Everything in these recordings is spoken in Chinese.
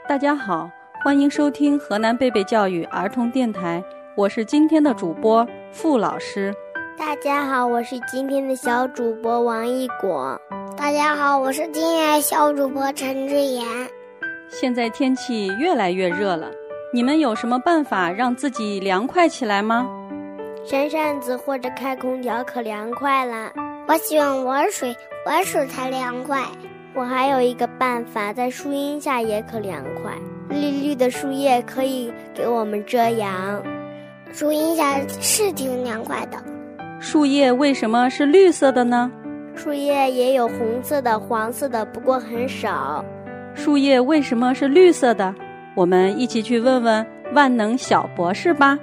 大家好，欢迎收听河南贝贝教育儿童电台，我是今天的主播付老师。 大家好，我是今天的小主播王一果。 大家好，我是今天的小主播陈志妍。 现在天气越来越热了，你们有什么办法让自己凉快起来吗？ 扇扇子或者开空调可凉快了。 我喜欢玩水，玩水才凉快。 我还有一个办法，在树荫下也可凉快。绿绿的树叶可以给我们遮阳， 树荫下是挺凉快的。 树叶为什么是绿色的呢？ 树叶也有红色的、黄色的，不过很少。 树叶为什么是绿色的？我们一起去问问万能小博士吧。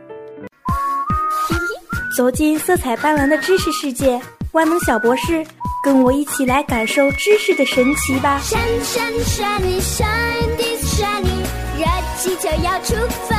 走进色彩斑斓的知识世界，万能小博士，跟我一起来感受知识的神奇吧。 闪闪闪你 shine this shiny， 热气球要出发。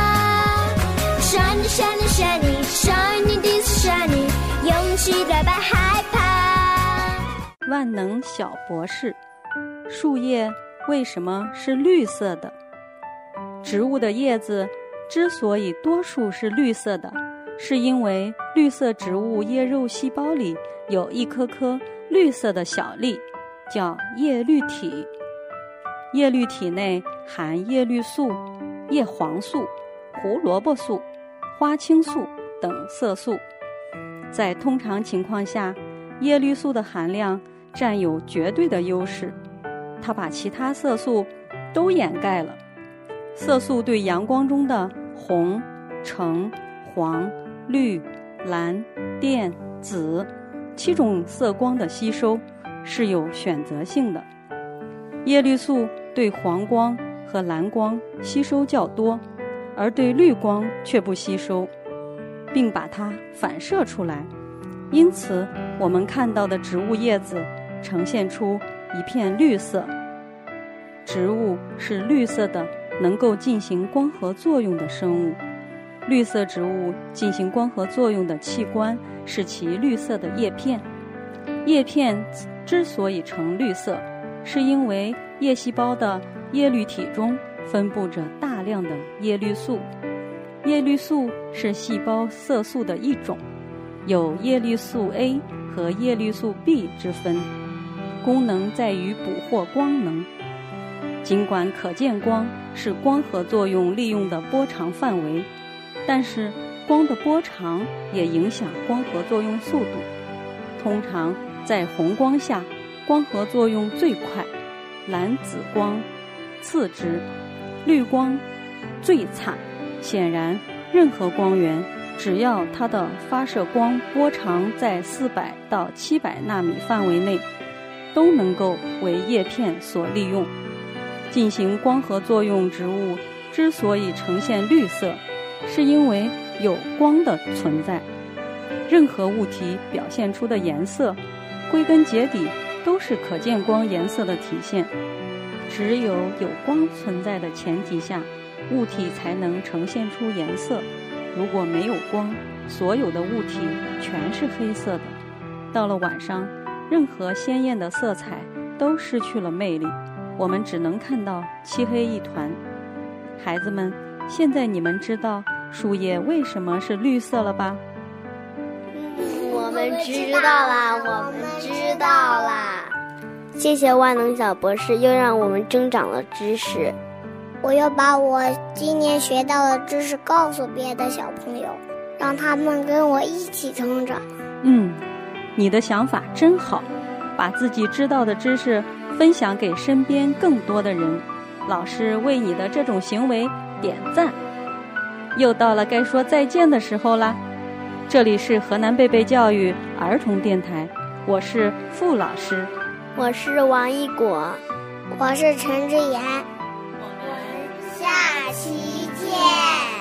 闪闪闪你 shine this shiny， 勇气代表害怕。 万能小博士，树叶为什么是绿色的？植物的叶子之所以多数是绿色的，是因为绿色植物叶肉细胞里有一颗颗绿色的小粒，叫叶绿体。叶绿体内含叶绿素、叶黄素、胡萝卜素、花青素等色素。在通常情况下，叶绿素的含量占有绝对的优势，它把其他色素都掩盖了。色素对阳光中的红、橙、黄、绿、蓝、靛、紫7种色光的吸收是有选择性的。叶绿素对黄光和蓝光吸收较多，而对绿光却不吸收，并把它反射出来。因此，我们看到的植物叶子呈现出一片绿色。植物是绿色的，能够进行光合作用的生物。绿色植物进行光合作用的器官是其绿色的叶片。叶片之所以呈绿色，是因为叶细胞的叶绿体中分布着大量的叶绿素。叶绿素是细胞色素的一种，有叶绿素 A 和叶绿素 B 之分，功能在于捕获光能。尽管可见光是光合作用利用的波长范围，但是光的波长也影响光合作用速度。通常在红光下，光合作用最快，蓝紫光次之，绿光最惨。显然，任何光源只要它的发射光波长在400到700纳米范围内，都能够为叶片所利用。进行光合作用植物之所以呈现绿色，是因为有光的存在。任何物体表现出的颜色，归根结底都是可见光颜色的体现。只有有光存在的前提下，物体才能呈现出颜色。如果没有光，所有的物体全是黑色的。到了晚上，任何鲜艳的色彩都失去了魅力，我们只能看到漆黑一团。孩子们，现在你们知道树叶为什么是绿色了吧？ 我们知道啦。谢谢万能小博士，又让我们增长了知识。 我要把我今年学到的知识告诉别的小朋友，让他们跟我一起成长。 你的想法真好，把自己知道的知识分享给身边更多的人。老师为你的这种行为点赞。又到了该说再见的时候啦。这里是河南贝贝教育儿童电台，我是付老师， 我是王一果， 我是陈志妍。 我们下期见。